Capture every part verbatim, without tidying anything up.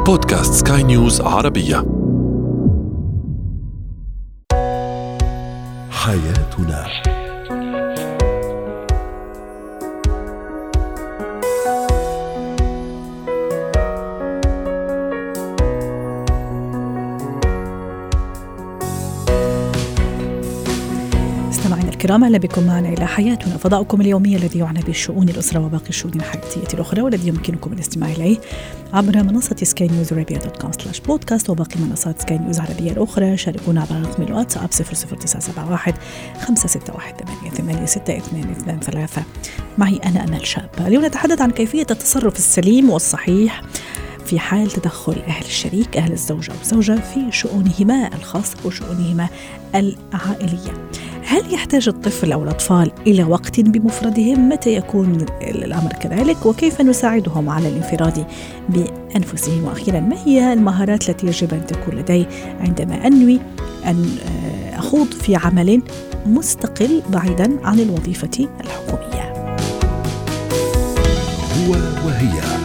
بودكاست سكاي نيوز عربية. حياتنا. مستمعينا الكرام، اهلا بكم معنا الى حياتنا، فضاؤكم اليومي الذي يعنى بشؤون الاسره وباقي الشؤون الحياتيه الاخرى، والذي يمكنكم الاستماع اليه عبر منصه سكاي نيوز عربيه دوت كوم سلاش بودكاست وباقي منصات سكاي نيوز عربيه الاخرى. شاركونا عبر رقم الواتساب صفر صفر تسعة سبعة واحد خمسة ستة واحد ثمانية ثمانية ستة اثنين اثنين ثلاثة. معي انا امل شاب. اليوم نتحدث عن كيفيه التصرف السليم والصحيح في حال تدخل أهل الشريك، أهل الزوجة والزوجة في شؤونهما الخاصة وشؤونهما العائلية. هل يحتاج الطفل أو الأطفال إلى وقت بمفردهم؟ متى يكون الأمر كذلك؟ وكيف نساعدهم على الانفراد بأنفسهم؟ وأخيرا، ما هي المهارات التي يجب أن تكون لدي عندما أنوي أن أخوض في عمل مستقل بعيدا عن الوظيفة الحكومية؟ هو وهي.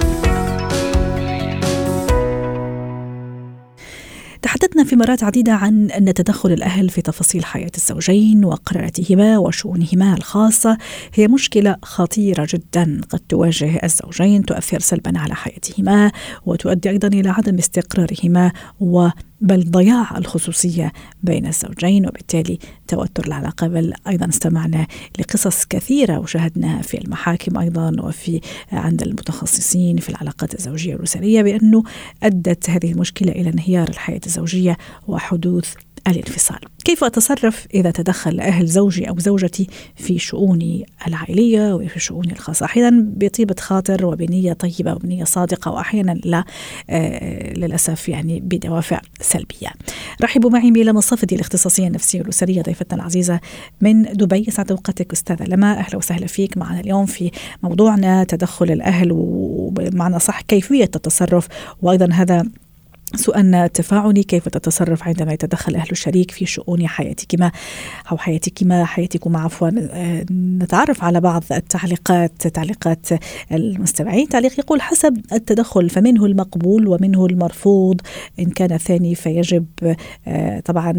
تحدثنا في مرات عديدة عن أن تدخل الأهل في تفاصيل حياة الزوجين وقراراتهما وشؤونهما الخاصة هي مشكلة خطيرة جدا قد تواجه الزوجين، تؤثر سلبا على حياتهما وتؤدي أيضا إلى عدم استقرارهما و بل ضياع الخصوصية بين الزوجين، وبالتالي توتر العلاقة. بل أيضا استمعنا لقصص كثيرة وشاهدناها في المحاكم أيضا وفي عند المتخصصين في العلاقات الزوجية والأسرية بأنه أدت هذه المشكلة إلى انهيار الحياة الزوجية وحدوث الانفصال. كيف أتصرف إذا تدخل أهل زوجي أو زوجتي في شؤوني العائلية وفي شؤوني الخاصة، أحيانا بطيبة خاطر وبنية طيبة وبنية صادقة، وأحيانا لا آه للأسف يعني بدوافع سلبية. رحبوا معي بلا مصافدي الاختصاصية النفسية والأسرية ضيفتنا العزيزة من دبي. سعد أوقاتك أستاذة لما، أهلا وسهلا فيك معنا اليوم في موضوعنا تدخل الأهل، ومعنى صح كيفية التصرف، وأيضا هذا سؤالنا التفاعلي: كيف تتصرف عندما يتدخل أهل الشريك في شؤون حياتكما أو حياتكما حياتكما عفوا. نتعرف على بعض التعليقات، تعليقات المستمعين. تعليق يقول: حسب التدخل فمنه المقبول ومنه المرفوض، إن كان ثاني فيجب طبعا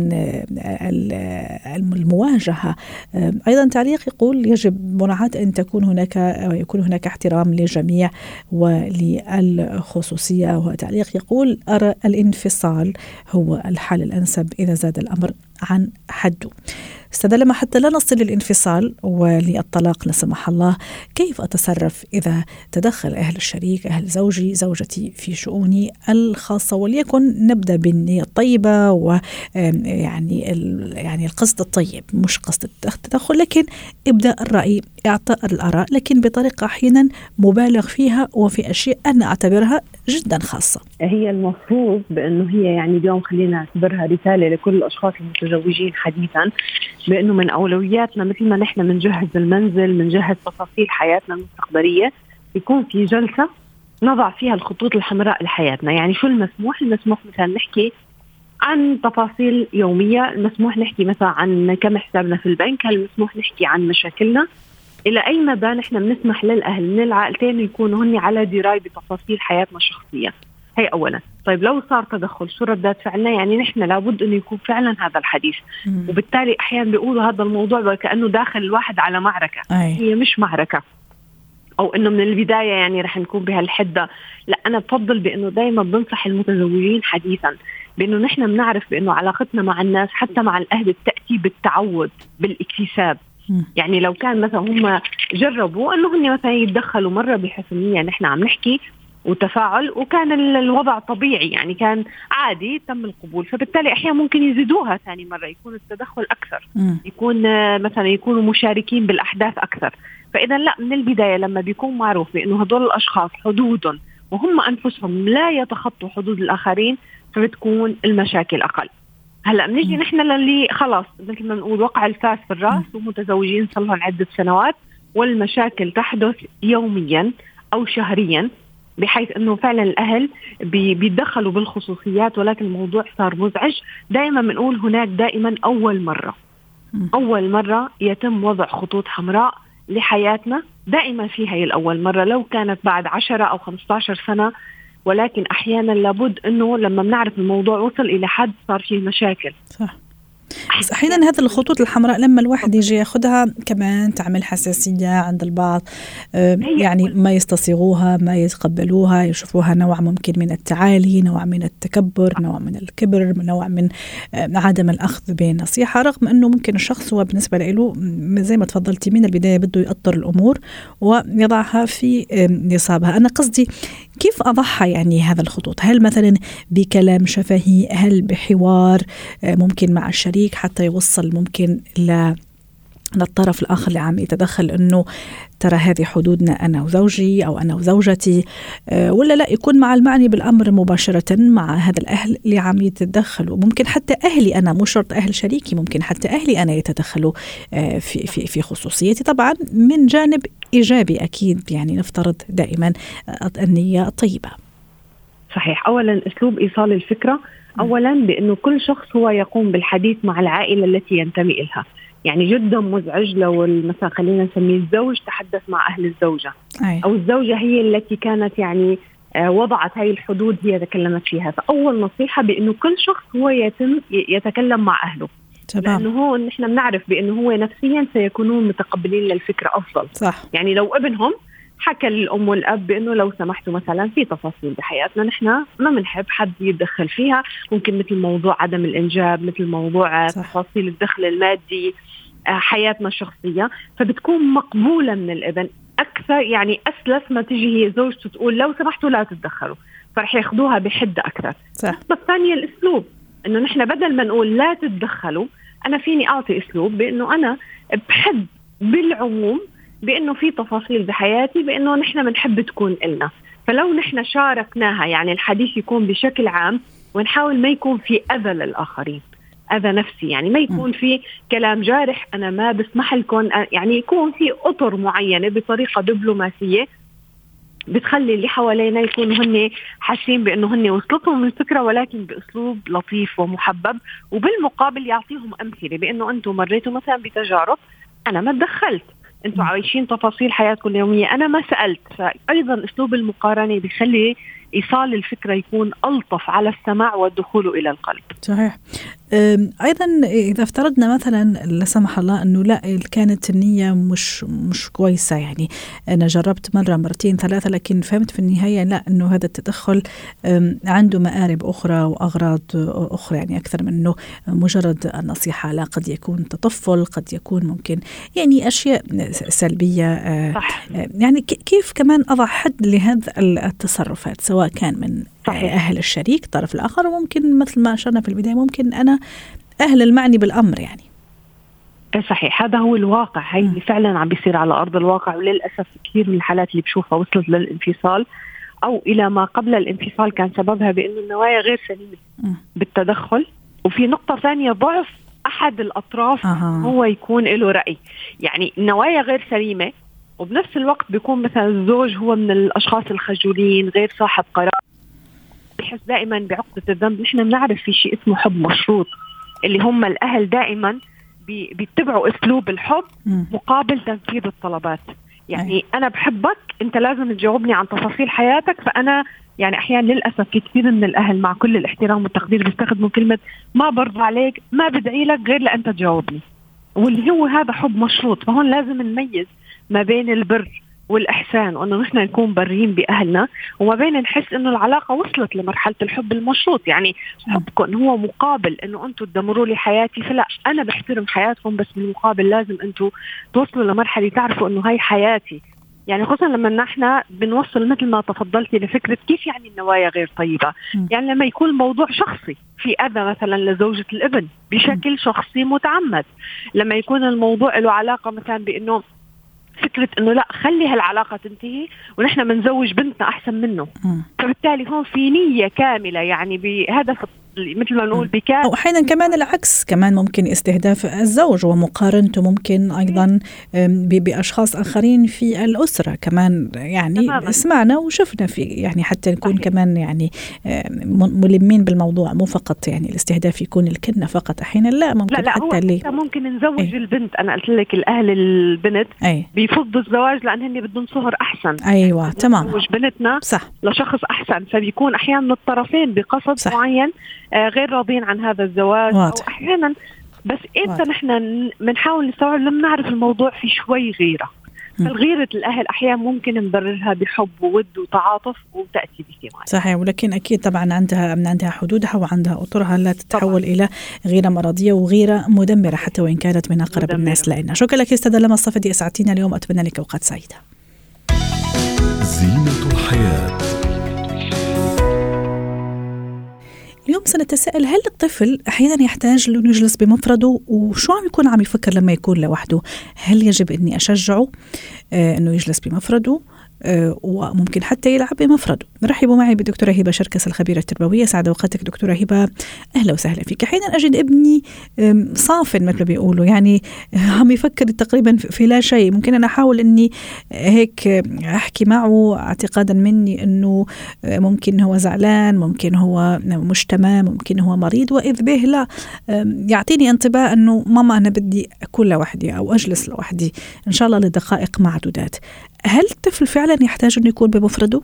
المواجهة. أيضا تعليق يقول: يجب مراعاة أن تكون هناك ويكون هناك احترام للجميع وللخصوصية. وتعليق يقول: أرى الانفصال هو الحل الأنسب إذا زاد الأمر عن حده. استاذ لما، حتى لا نصل للانفصال وللطلاق لا سمح الله، كيف أتصرف إذا تدخل أهل الشريك، أهل زوجي زوجتي في شؤوني الخاصة؟ وليكن نبدأ بالنية الطيبة ويعني يعني القصد الطيب، مش قصد التدخل، لكن إبداء الرأي، إعطاء الآراء، لكن بطريقة أحيانا مبالغ فيها وفي أشياء أنا أعتبرها جدا خاصة. هي المفروض بأنه هي يعني اليوم خلينا نعتبرها رسالة لكل الأشخاص المتزوجين حديثا، بأنه من أولوياتنا مثل ما نحن منجهز المنزل، منجهز تفاصيل حياتنا المستقبلية، يكون في جلسة نضع فيها الخطوط الحمراء لحياتنا. يعني شو المسموح؟ المسموح مثلا نحكي عن تفاصيل يومية، المسموح نحكي مثلا عن كم حسابنا في البنك، هل المسموح نحكي عن مشاكلنا، إلى أي مدى نحن بنسمح للأهل من العائلتين يكونوا هني على دراية بتفاصيل حياتنا الشخصية. هي أولا. طيب لو صار تدخل شو ردات فعلنا؟ يعني نحن لابد أن يكون فعلا هذا الحديث. مم. وبالتالي أحيانا بيقولوا هذا الموضوع كأنه داخل الواحد على معركة. أي. هي مش معركة، أو أنه من البداية يعني رح نكون بهالحدة. لا، أنا بفضل بأنه دايما بنصح المتزوجين حديثا بأنه نحن بنعرف بأنه علاقتنا مع الناس حتى مع الأهل بتأتي بالتعود، بالاكتساب. يعني لو كان مثلا هم جربوا أنه هم مثلا يتدخلوا مرة بحسنية، نحن عم نحكي وتفاعل وكان الوضع طبيعي، يعني كان عادي، تم القبول، فبالتالي أحيانا ممكن يزيدوها ثاني مرة، يكون التدخل أكثر، يكون مثلا يكونوا مشاركين بالأحداث أكثر. فإذا لا، من البداية لما بيكون معروف بأنه هدول الأشخاص حدودهم وهم أنفسهم لا يتخطوا حدود الآخرين، فبتكون المشاكل أقل. هلأ بنيجي نحن للي خلاص مثل ما نقول وقع الفاس في الرأس ومتزوجين صار لهم عدة سنوات، والمشاكل تحدث يوميا أو شهريا، بحيث أنه فعلا الأهل بيدخلوا بالخصوصيات، ولكن الموضوع صار مزعج. دائما بنقول هناك دائما أول مرة أول مرة يتم وضع خطوط حمراء لحياتنا، دائما في هي الأول مرة. لو كانت بعد عشرة أو خمسة عشر سنة ولكن أحيانا لابد أنه لما بنعرف الموضوع وصل إلى حد صار فيه مشاكل. صح. بس أحيانا هذه الخطوط الحمراء لما الواحد يجي ياخدها كمان تعمل حساسية عند البعض، يعني ما يستصيغوها، ما يتقبلوها، يشوفوها نوع ممكن من التعالي، نوع من التكبر، نوع من الكبر، نوع من عدم الأخذ بالنصيحة، رغم أنه ممكن الشخص هو بالنسبة له زي ما تفضلتي من البداية بده يقطر الأمور ويضعها في نصابها. أنا قصدي كيف أضعها يعني هذا الخطوط؟ هل مثلا بكلام شفهي؟ هل بحوار ممكن مع الشريك حتى يوصل ممكن ل للطرف الآخر اللي عم يتدخل أنه ترى هذه حدودنا أنا وزوجي أو أنا وزوجتي، أه ولا لا يكون مع المعني بالأمر مباشرة مع هذا الأهل اللي عم يتدخلوا؟ ممكن حتى أهلي أنا، مو شرط أهل شريكي، ممكن حتى أهلي أنا يتدخلوا أه في, في, في خصوصيتي، طبعا من جانب إيجابي أكيد، يعني نفترض دائما النية طيبة. صحيح. أولا أسلوب إيصال الفكرة، أولا بأنه كل شخص هو يقوم بالحديث مع العائلة التي ينتمي إلها. يعني جدا مزعج لو مثلا خلينا نسميه الزوج تحدث مع أهل الزوجة، أي. أو الزوجة هي التي كانت يعني وضعت هاي الحدود هي تكلمت فيها. فأول نصيحة بأنه كل شخص هو يتم يتكلم مع أهله، لأنه هو نحن بنعرف بأنه هو نفسيا سيكونون متقبلين للفكرة أفضل. صح. يعني لو ابنهم حكى للأم والأب بأنه لو سمحتوا مثلا في تفاصيل بحياتنا نحن ما بنحب حد يتدخل فيها، ممكن مثل موضوع عدم الإنجاب، مثل موضوع صح. تفاصيل الدخل المادي، حياتنا الشخصية، فبتكون مقبولة من الابن أكثر. يعني أسلس ما تيجي هي زوجته تقول لو سمحتوا لا تتدخلوا، فرح ياخدوها بحدة أكثر. صح. بس الثانية الأسلوب، إنه نحن بدل ما نقول لا تتدخلوا، أنا فيني أعطي أسلوب بأنه أنا بحب بالعموم بأنه في تفاصيل بحياتي بأنه نحن بنحب تكون إلنا، فلو نحن شاركناها يعني الحديث يكون بشكل عام، ونحاول ما يكون في أذى للآخرين، أذى نفسي، يعني ما يكون في كلام جارح، أنا ما بسمح لكم، يعني يكون في أطر معينة بطريقة دبلوماسية بتخلي اللي حوالينا يكونوا هن حاسين بأنه هن وصلتهم الفكرة، ولكن بأسلوب لطيف ومحبب، وبالمقابل يعطيهم أمثلة بأنه أنتم مريتوا مثلا بتجارب أنا ما تدخلت، أنتم عايشين تفاصيل حياتكم اليومية أنا ما سألت. فأيضا أسلوب المقارنة بيخلي إيصال الفكرة يكون ألطف على السماع والدخول إلى القلب. صحيح. أيضا إذا افترضنا مثلا لا سمح الله أنه لا كانت النية مش مش كويسة، يعني أنا جربت مرة مرتين ثلاثة لكن فهمت في النهاية لا أنه هذا التدخل عنده مآرب أخرى وأغراض أخرى، يعني أكثر من أنه مجرد النصيحة، لا قد يكون تطفل، قد يكون ممكن يعني أشياء سلبية. صح. يعني كيف كمان أضع حد لهذا التصرفات سواء كان من صحيح. أهل الشريك الطرف الآخر، وممكن مثل ما أشرنا في البداية ممكن أنا أهل المعني بالأمر. يعني صحيح، هذا هو الواقع، هاي اللي فعلا عم بيصير على أرض الواقع، وللأسف كثير من الحالات اللي بشوفها وصلت للانفصال أو إلى ما قبل الانفصال كان سببها بأنه النوايا غير سليمة بالتدخل. وفي نقطة ثانية، ضعف أحد الأطراف أه. هو يكون له رأي، يعني النوايا غير سليمة، وبنفس الوقت بيكون مثلا الزوج هو من الأشخاص الخجولين غير صاحب قرار، بحس دائما بعقدة الذنب. نحن بنعرف في شيء اسمه حب مشروط، اللي هم الأهل دائما بيتبعوا أسلوب الحب مقابل تنفيذ الطلبات. يعني أنا بحبك، أنت لازم تجاوبني عن تفاصيل حياتك. فأنا يعني أحيانا للأسف كثير من الأهل مع كل الاحترام والتقدير بيستخدموا كلمة ما برضى عليك، ما بدعي لك غير لأنت تجاوبني، واللي هو هذا حب مشروط. فهون لازم نميز ما بين البر والإحسان، وأنه نحن نكون برين بأهلنا، وما بين نحس أنه العلاقة وصلت لمرحلة الحب المشروط. يعني حبكم هو مقابل أنه أنتوا تدمروا لي حياتي، فلا أنا بحترم حياتكم، بس بالمقابل لازم أنتوا توصلوا لمرحلة تعرفوا أنه هاي حياتي. يعني خصوصا لما نحن بنوصل مثل ما تفضلتي لفكرة كيف يعني النوايا غير طيبة، يعني لما يكون الموضوع شخصي، في أذى مثلا لزوجة الابن بشكل شخصي متعمد، لما يكون الموضوع له علاقة مثلا بأنه فكرة إنه لا خلي هالعلاقة تنتهي ونحن منزوج بنتنا أحسن منه. م. فبالتالي هون في نية كاملة، يعني بهدف مثل ما نقول بكاء، أو أحيانا كمان العكس، كمان ممكن استهداف الزوج ومقارنته ممكن أيضا بأشخاص آخرين في الأسرة كمان. يعني تماما. سمعنا وشفنا في يعني حتى نكون صحيح. كمان يعني ملمين بالموضوع، مو فقط يعني الاستهداف يكون الكنة فقط، أحيانا لا ممكن. لا لا حتى اللي ممكن نزوج أي. البنت. أنا قلت لك الأهل البنت أي. بيفضوا الزواج لأن هن بدهم صهر أحسن. أيوة تمام. نزوج بنتنا صح. لشخص أحسن، فبيكون أحيانا الطرفين بقصد صح. معين آه غير راضين عن هذا الزواج واضح. أو أحيانا بس إمتى نحن بنحاول نستوعب لما نعرف الموضوع في شوي غيرة. فالغيرة الأهل أحيانا ممكن نبررها بحب وود وتعاطف وتأتي بثمار. صحيح، ولكن أكيد طبعا عندها من عندها حدودها وعندها أطرها، لا تتحول طبعا. إلى غيرة مرضية وغيرة مدمرة حتى وإن كانت من أقرب مدمرة. الناس لنا. شكرا لك أستاذة لما الصفدي، أسعدتينا اليوم، أتمنى لك أوقات سعيدة. زينة الحياة. اليوم سنتساءل، هل الطفل أحيانا يحتاج لأنه يجلس بمفرده؟ وشو عم يكون عم يفكر لما يكون لوحده؟ هل يجب أني أشجعه آه أنه يجلس بمفرده آه وممكن حتى يلعب بمفرده؟ رحبوا معي بالدكتورة هبة شركس الخبيرة التربوية. سعد وقتك دكتورة هبة، أهلا وسهلا فيك. أحيانا أجد ابني صافن مثل بيقولوا، يعني عم يفكر تقريبا في لا شيء. ممكن أنا أحاول أني هيك أحكي معه اعتقادا مني أنه ممكن هو زعلان، ممكن هو مش تمام، ممكن هو مريض، وإذ به لا يعطيني انطباع أنه ماما أنا بدي أكون لوحدي أو أجلس لوحدي إن شاء الله لدقائق معدودات. هل الطفل فعلا يحتاج أنه يكون بمفرده؟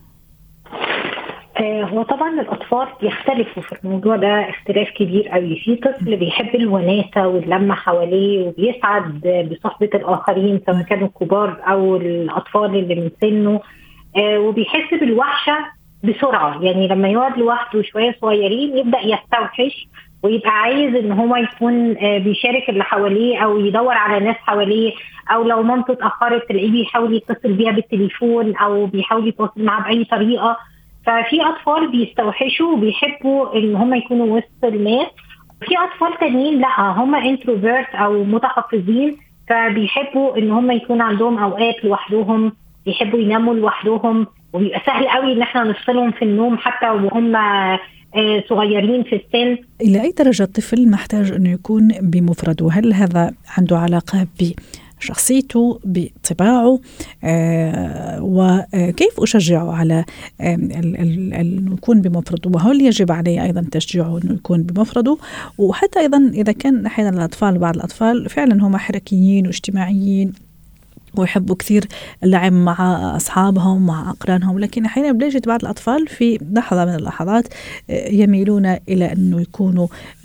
هو طبعا الأطفال يختلفوا في الموضوع ده اختلاف كبير قوي. في طفل بيحب الوناسة واللمة حواليه وبيسعد بصحبة الآخرين سواء كانوا الكبار أو الأطفال اللي من سنه، وبيحس بالوحشة بسرعة. يعني لما يقعد لوحده شوية صغيرين يبدأ يستوحش ويبقى عايز ان هو يكون بيشارك اللي حواليه او يدور على ناس حواليه، او لو مامته اتأخرت تلاقيه بيحاول يتصل بيها بالتليفون او بيحاول يتواصل معها بأي طريقة. ففي أطفال بيستوحشوا وبيحبوا ان هم يكونوا وسط الناس، وفي أطفال تانيين لا هم انتروفيرت او متحفظين، فبيحبوا ان هم يكون عندهم اوقات لوحدهم، بيحبوا يناموا لوحدهم، وبيبقى سهل قوي ان احنا نفصلهم في النوم حتى وهم صغيرين في السن. إلى أي درجة الطفل محتاج أنه يكون بمفرده؟ هل هذا عنده علاقة بشخصيته، بطباعه، آه وكيف أشجعه على آه أنه يكون بمفرده؟ وهل يجب عليه أيضا تشجيعه أنه يكون بمفرده؟ وحتى أيضا إذا كان أحيانا الأطفال بعض الأطفال فعلا هم حركيين واجتماعيين ويحبوا كثير اللعب مع أصحابهم مع أقرانهم، لكن أحيانا بنجد بعض الأطفال في لحظة من اللحظات يميلون إلى أنه يكونوا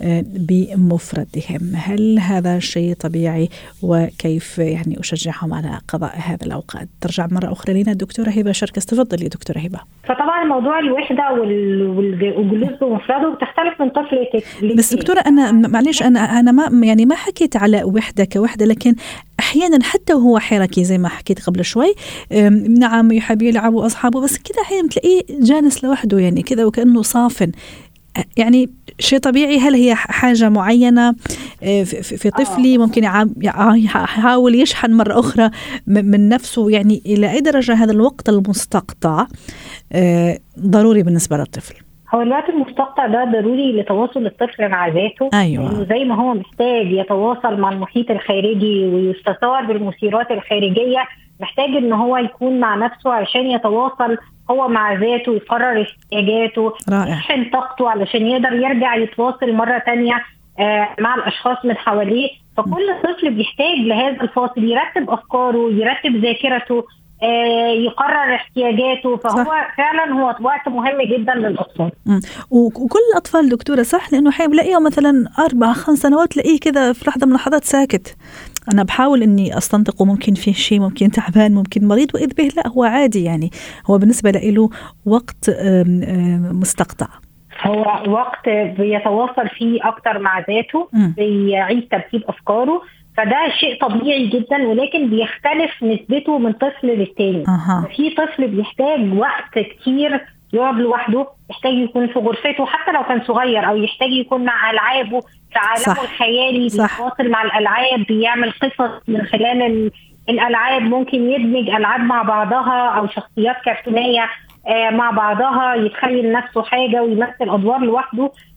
بمفردهم. هل هذا شيء طبيعي؟ وكيف يعني أشجعهم على قضاء هذا الأوقات؟ ترجع مرة أخرى لنا الدكتورة هبة شركس. تفضلي دكتورة هبة. فطبعا موضوع الوحدة والجلوس بمفرده بتختلف من طفل لطفل. بس دكتورة أنا معليش أنا أنا ما يعني ما حكيت على وحدة كوحدة، لكن أحيانا حتى وهو حركي زي ما حكيت قبل شوي، نعم يحب يلعب أصحابه، بس كده أحيانا تلاقيه جالس لوحده يعني كذا وكأنه صافن. يعني شيء طبيعي؟ هل هي حاجة معينة في طفلي ممكن يحاول يشحن مرة أخرى من نفسه؟ يعني إلى أي درجة هذا الوقت المستقطع ضروري بالنسبة للطفل؟ هو الوقت المستقطع ده ضروري لتواصل الطفل مع ذاته. أيوة. زي ما هو محتاج يتواصل مع المحيط الخارجي ويستثار بالمثيرات الخارجية، محتاج ان هو يكون مع نفسه عشان يتواصل هو مع ذاته، يقرر احتياجاته، يشحن طاقته علشان يقدر يرجع يتواصل مرة تانية مع الأشخاص من حواليه. فكل طفل بيحتاج لهذا الفاصل، يرتب أفكاره، يرتب ذاكرته، يقرر احتياجاته. فهو صح. فعلا هو وقت مهم جدا للأطفال. وكل الأطفال دكتورة صح، لأنه حين بلاقيه مثلا أربع خمس سنوات تلاقيه كذا في لحظة من اللحظات ساكت. أنا بحاول إني أستنطقه ممكن فيه شيء، ممكن تعبان، ممكن مريض، وإذ به لا هو عادي. يعني هو بالنسبة له وقت مستقطع، هو وقت بيتواصل فيه أكتر مع ذاته، بيعيد ترتيب أفكاره. فده شيء طبيعي جدا، ولكن بيختلف نسبته من طفل للتاني. أه. في طفل بيحتاج وقت كتير يقعد لوحده، يحتاج يكون في غرفته حتى لو كان صغير، أو يحتاج يكون مع ألعابه في عالمه الخيالي، بيتواصل مع الألعاب، بيعمل قصص من خلال الألعاب، ممكن يدمج ألعاب مع بعضها أو شخصيات كرتونية مع بعضها، يتخيل نفسه حاجة ويمثل أدوار لوحده.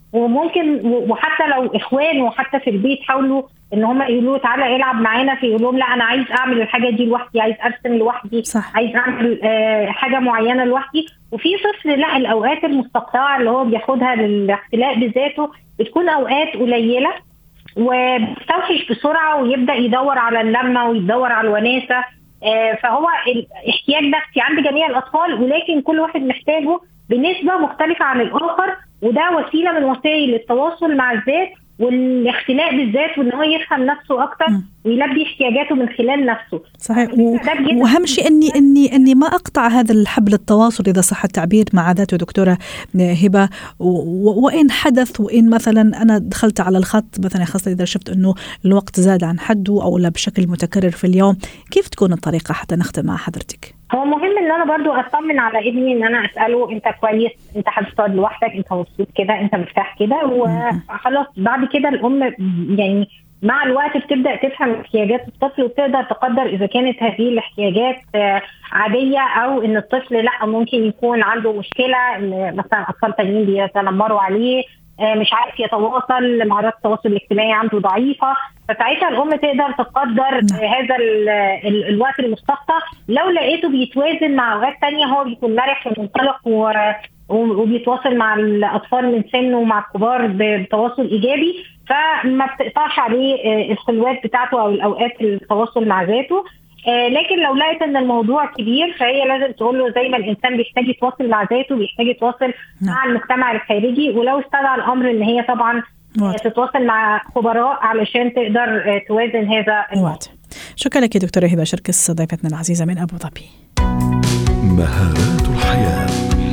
وممكن وحتى لو اخوان وحتى في البيت حاولوا ان هم يقولوا تعالى العب معانا، في يقول لهم لا انا عايز اعمل الحاجه دي لوحدي، عايز ارسم لوحدي، صح. عايز اعمل آه حاجه معينه لوحدي. وفي طفل لا، الاوقات المستقطعه اللي هو بياخدها للاختلاء بذاته بتكون اوقات قليله وبيستوحش بسرعه ويبدا يدور على اللمه ويدور على الوناسه. آه فهو الاحتياج نفسي عند جميع الاطفال، ولكن كل واحد محتاجه بنسبه مختلفه عن الاخر، وده وسيله من وسائل التواصل مع الذات والاختلاء بالذات، وان هو يفهم نفسه اكتر ويلبي احتياجاته من خلال نفسه. صحيح. واهم شيء اني اني اني ما اقطع هذا الحبل التواصل اذا صح التعبير مع ذاته دكتوره هبه، وان حدث وان مثلا انا دخلت على الخط مثلا، خاصه اذا شفت انه الوقت زاد عن حده او لا بشكل متكرر في اليوم، كيف تكون الطريقه حتى نختم مع حضرتك؟ هو مهم ان انا برضو اطمن على ابني، ان انا اساله انت كويس، انت حابب تقعد لوحدك، انت مبسوط كده، انت مرتاح كده، وخلاص. بعد كده الام يعني مع الوقت بتبدا تفهم احتياجات الطفل وتقدر تقدر اذا كانت هذه الاحتياجات عاديه او ان الطفل لا ممكن يكون عنده مشكله، ان مثلا اطفال تانيين بيتنمروا عليه، مش عارف يتواصل، مهارات التواصل الاجتماعي عنده ضعيفه. فساعتها الام تقدر تقدر هذا ال ال الوقت المستقطع. لو لقيته بيتوازن مع اوقات تانية هو بيكون مرح ومنطلق وبيتواصل مع الاطفال من سنه ومع الكبار بتواصل ايجابي، فما بتقطعش عليه الخلوات بتاعته او الاوقات التواصل مع ذاته. لكن لو لقيت ان الموضوع كبير فهي لازم تقول له زي ما الانسان بيحتاج يتواصل مع ذاته بيحتاج يتواصل مع المجتمع الخارجي، ولو استدعى الامر ان هي طبعا تتواصل مع خبراء علشان تقدر توازن هذا الوقت. شكرا لك دكتورة هبة شركس ضيفتنا العزيزة من أبو ظبي. مهارات الحياة.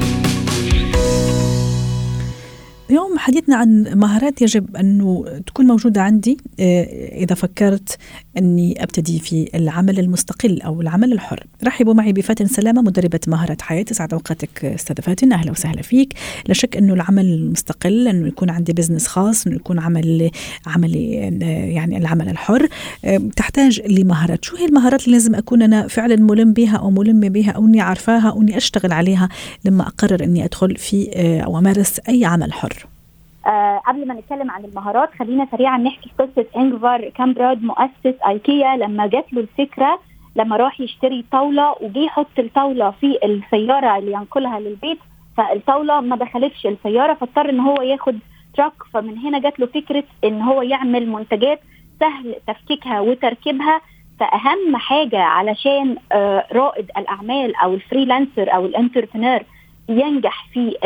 اليوم حديثنا عن مهارات يجب أنه تكون موجودة عندي إذا فكرت أني أبتدي في العمل المستقل أو العمل الحر. رحبوا معي بفاتن سلامة، مدربة مهارات حياة. سعد أوقاتك أستاذة فاتن، أهلا وسهلا فيك. لا شك أنه العمل المستقل، أنه يكون عندي بزنس خاص، أنه يكون عمل عملي يعني العمل الحر، تحتاج لمهارات. شو هي المهارات اللي لازم أكون أنا فعلا ملم بها أو ملم بها أو أني عارفاها أو أني أشتغل عليها لما أقرر أني أدخل في أو أمارس أي عمل حر؟ أه قبل ما نتكلم عن المهارات خلينا سريعا نحكي قصة إنغفار كامبراد مؤسس ايكيا. لما جات له الفكرة لما راح يشتري طاولة وجي يحط الطاولة في السيارة اللي ينقلها للبيت، فالطاولة ما دخلتش السيارة فاضطر ان هو ياخد تراك. فمن هنا جات له فكرة ان هو يعمل منتجات سهل تفكيكها وتركيبها. فأهم حاجة علشان آه رائد الأعمال أو الفريلانسر أو الانتربرنور ينجح في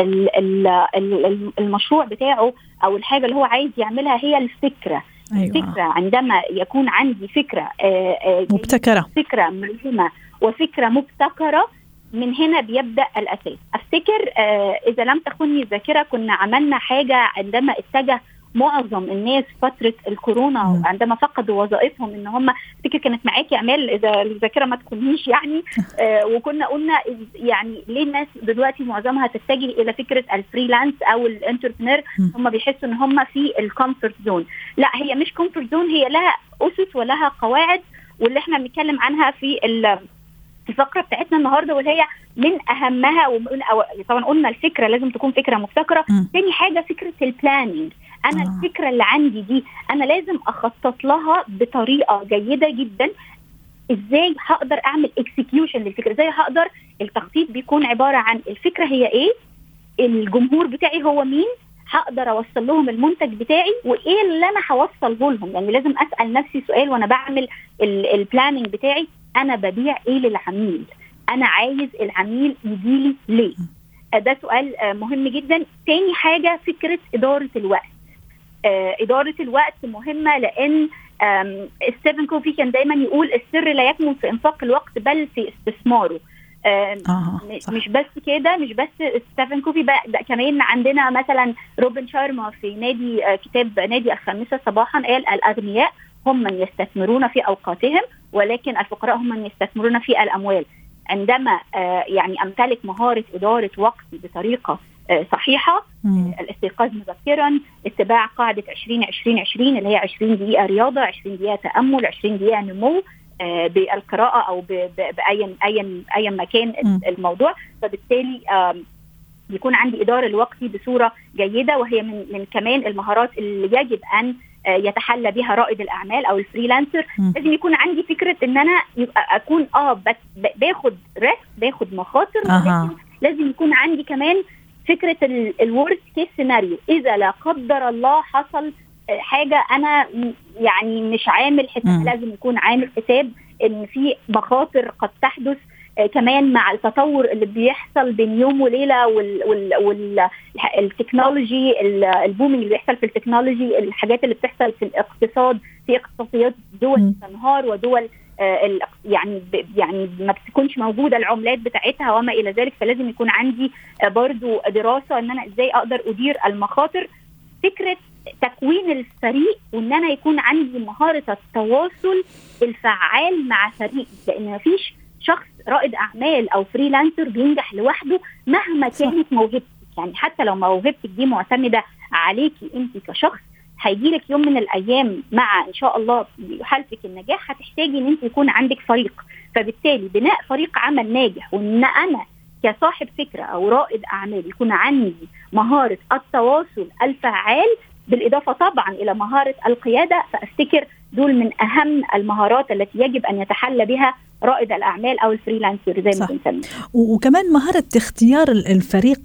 المشروع بتاعه أو الحاجة اللي هو عايز يعملها هي الفكرة. أيوة. الفكرة عندما يكون عندي فكرة مبتكرة، فكرة ملهمة وفكرة مبتكرة، من هنا بيبدأ الأساس. أفتكر إذا لم تخني الذاكرة كنا عملنا حاجة عندما اتجه معظم الناس فترة الكورونا م. عندما فقدوا وظائفهم ان هم فكرة كانت معاكي اعمال اذا الذاكرة ما تكونيش يعني آه وكنا قلنا يعني ليه الناس دلوقتي معظمها تتجه الى فكرة الفريلانس او الانتربرنور، هم بيحسوا ان هم في الكومفورت زون. لا، هي مش كومفورت زون، هي لها اسس ولها قواعد، واللي احنا بنتكلم عنها في الفقرة بتاعتنا النهاردة، واللي هي من اهمها ومن طبعا قلنا الفكرة لازم تكون فكرة مبتكرة. ثاني حاجة فكرة البلانينج. أنا آه. الفكرة اللي عندي دي أنا لازم أخطط لها بطريقة جيدة جدا. إزاي هقدر أعمل execution للفكرة؟ إزاي هقدر التخطيط بيكون عبارة عن الفكرة هي إيه، الجمهور بتاعي هو مين، هقدر أوصل لهم المنتج بتاعي، وإيه اللي أنا هوصله لهم. يعني لازم أسأل نفسي سؤال وأنا بعمل البلانينج بتاعي، أنا ببيع إيه للعميل؟ أنا عايز العميل يجيلي ليه؟ ده سؤال مهم جدا. تاني حاجة فكرة إدارة الوقت. آه، إدارة الوقت مهمة، لأن ستيفن كوفي كان دايما يقول السر لا يكمن في إنفاق الوقت بل في استثماره. آه آه مش بس كده، مش بس ستيفن كوفي بقى، كمان عندنا مثلا روبن شارما في نادي آه كتاب نادي الخامسة صباحا قال الأغنياء هم من يستثمرون في أوقاتهم ولكن الفقراء هم من يستثمرون في الأموال. عندما آه يعني أمتلك مهارة إدارة وقتي بطريقة صحيحة، مم. الاستيقاظ مبكرا، اتباع قاعدة عشرين عشرين عشرين اللي هي عشرين دقيقة رياضة، عشرين دقيقة تأمل، عشرين دقيقة نمو آه بالقراءة أو بأي أي أي مكان مم. الموضوع. فبالتالي يكون عندي إدارة الوقت بصورة جيدة، وهي من, من كمان المهارات اللي يجب أن يتحلى بها رائد الأعمال أو الفريلانسر. لازم يكون عندي فكرة أن أنا يبقى أكون آه باخد ريسك، باخد مخاطر، أه. لازم يكون عندي كمان فكرة الورست كيس سيناريو، إذا لا قدر الله حصل حاجة أنا يعني مش عامل حساب، لازم يكون عامل حساب إن في مخاطر قد تحدث. كمان مع التطور اللي بيحصل بين يوم وليلة والتكنولوجي البومينج اللي بيحصل في التكنولوجي، الحاجات اللي بتحصل في الاقتصاد، في اقتصاديات دول تنهار ودول يعني يعني ما بتكونش موجودة العملات بتاعتها وما إلى ذلك. فلازم يكون عندي برضو دراسة إن أنا إزاي أقدر أدير المخاطر. فكرة تكوين الفريق، وإن أنا يكون عندي مهارة التواصل الفعال مع فريق، لأن مفيش شخص رائد أعمال أو فريلانسر بينجح لوحده مهما كانت موهبتك. يعني حتى لو موهبتك دي معتمدة عليكي أنت كشخص، هيجيلك يوم من الأيام مع إن شاء الله يحالفك النجاح هتحتاجي إن أنت يكون عندك فريق. فبالتالي بناء فريق عمل ناجح، وإن أنا كصاحب فكرة أو رائد أعمال يكون عندي مهارة التواصل الفعال، بالإضافة طبعا إلى مهارة القيادة، فأفتكر دول من أهم المهارات التي يجب أن يتحلى بها رائد الأعمال أو الفريلانسر زي ما بنسميه. وكمان مهارة اختيار الفريق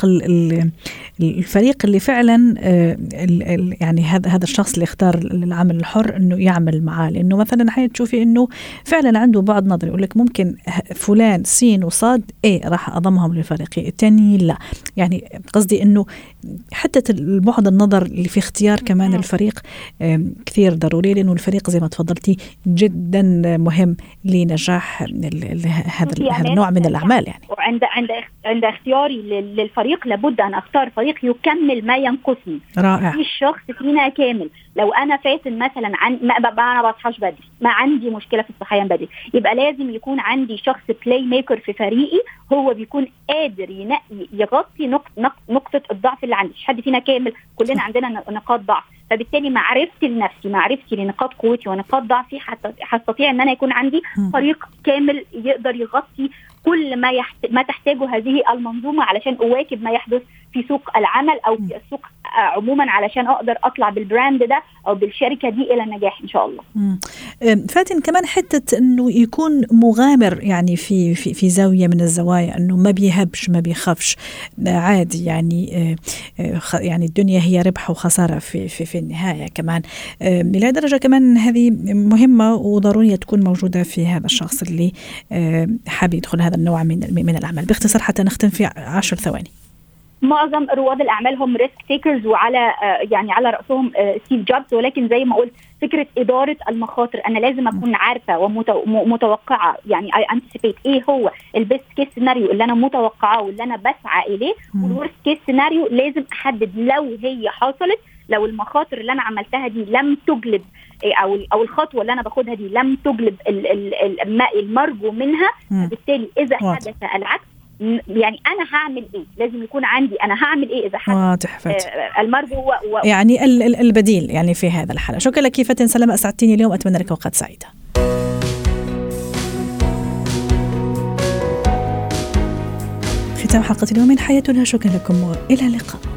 الفريق اللي فعلا يعني هذا هذا الشخص اللي اختار العمل الحر إنه يعمل معاه، لأنه مثلا حين تشوفي إنه فعلا عنده بعض نظري يقول لك ممكن فلان سين وصاد إيه راح أضمهم للفريق التاني لا. يعني قصدي إنه حتى البعد النظر اللي في اختيار كمان الفريق كثير ضروري، لأنه الفريق زي ما تفضلتي جدا مهم لنجاح هذا هذا النوع من الأعمال. يعني وعند عند عند اختياري للفريق لابد أن أختار فريق يكمل ما ينقصني. رائع. في الشخص فينا كامل. لو أنا فاتن مثلا عن ما أنا بصحاش بدري، ما عندي مشكلة في الصحيان بدري، يبقى لازم يكون عندي شخص بلاي ميكر في فريقي، هو بيكون قادر ينقي يغطي نقطة نقطة الضعف اللي عندي. مش حد فينا كامل، كلنا عندنا نقاط ضعف. فبالتالي معرفتي لنفسي، معرفتي لنقاط قوتي ونقاط ضعفي، حتى هستطيع ان انا يكون عندي فريق كامل يقدر يغطي كل ما يحت... ما تحتاجه هذه المنظومة علشان أواكب ما يحدث في سوق العمل أو في السوق عموما، علشان أقدر أطلع بالبراند ده أو بالشركة دي إلى النجاح إن شاء الله. فاتن كمان حتة إنه يكون مغامر، يعني في في في زاوية من الزوايا، إنه ما بيهبش ما بيخافش عادي، يعني يعني الدنيا هي ربح وخسارة في في في النهاية كمان. إلى درجة كمان هذه مهمة وضرورية تكون موجودة في هذا الشخص اللي حابب يدخل هذا النوع من من الأعمال. باختصار حتى نختم في عشر ثواني. معظم رواد الأعمال هم ريسك تيكرز، وعلى يعني على رأسهم ستيف جوبز، ولكن زي ما قلت فكرة إدارة المخاطر، أنا لازم أكون عارفة ومتوقعة، يعني I anticipate إيه هو البيست كيس سيناريو اللي أنا متوقعة واللي أنا بسعى إليه، والورست كيس سيناريو لازم أحدد لو هي حصلت، لو المخاطر اللي أنا عملتها دي لم تجلب أو أو الخطوة اللي أنا باخدها دي لم تجلب المرجو منها، بالتالي إذا حدث العكس يعني أنا هعمل إيه؟ لازم يكون عندي أنا هعمل إيه إذا حدث المرجو و... يعني البديل يعني في هذا الحالة. شكرا لك فاتن سلامة، أسعدتيني اليوم، أتمنى لك أوقات سعيدة. ختام حلقة اليوم من حياتنا، شكرا لكم وإلى اللقاء.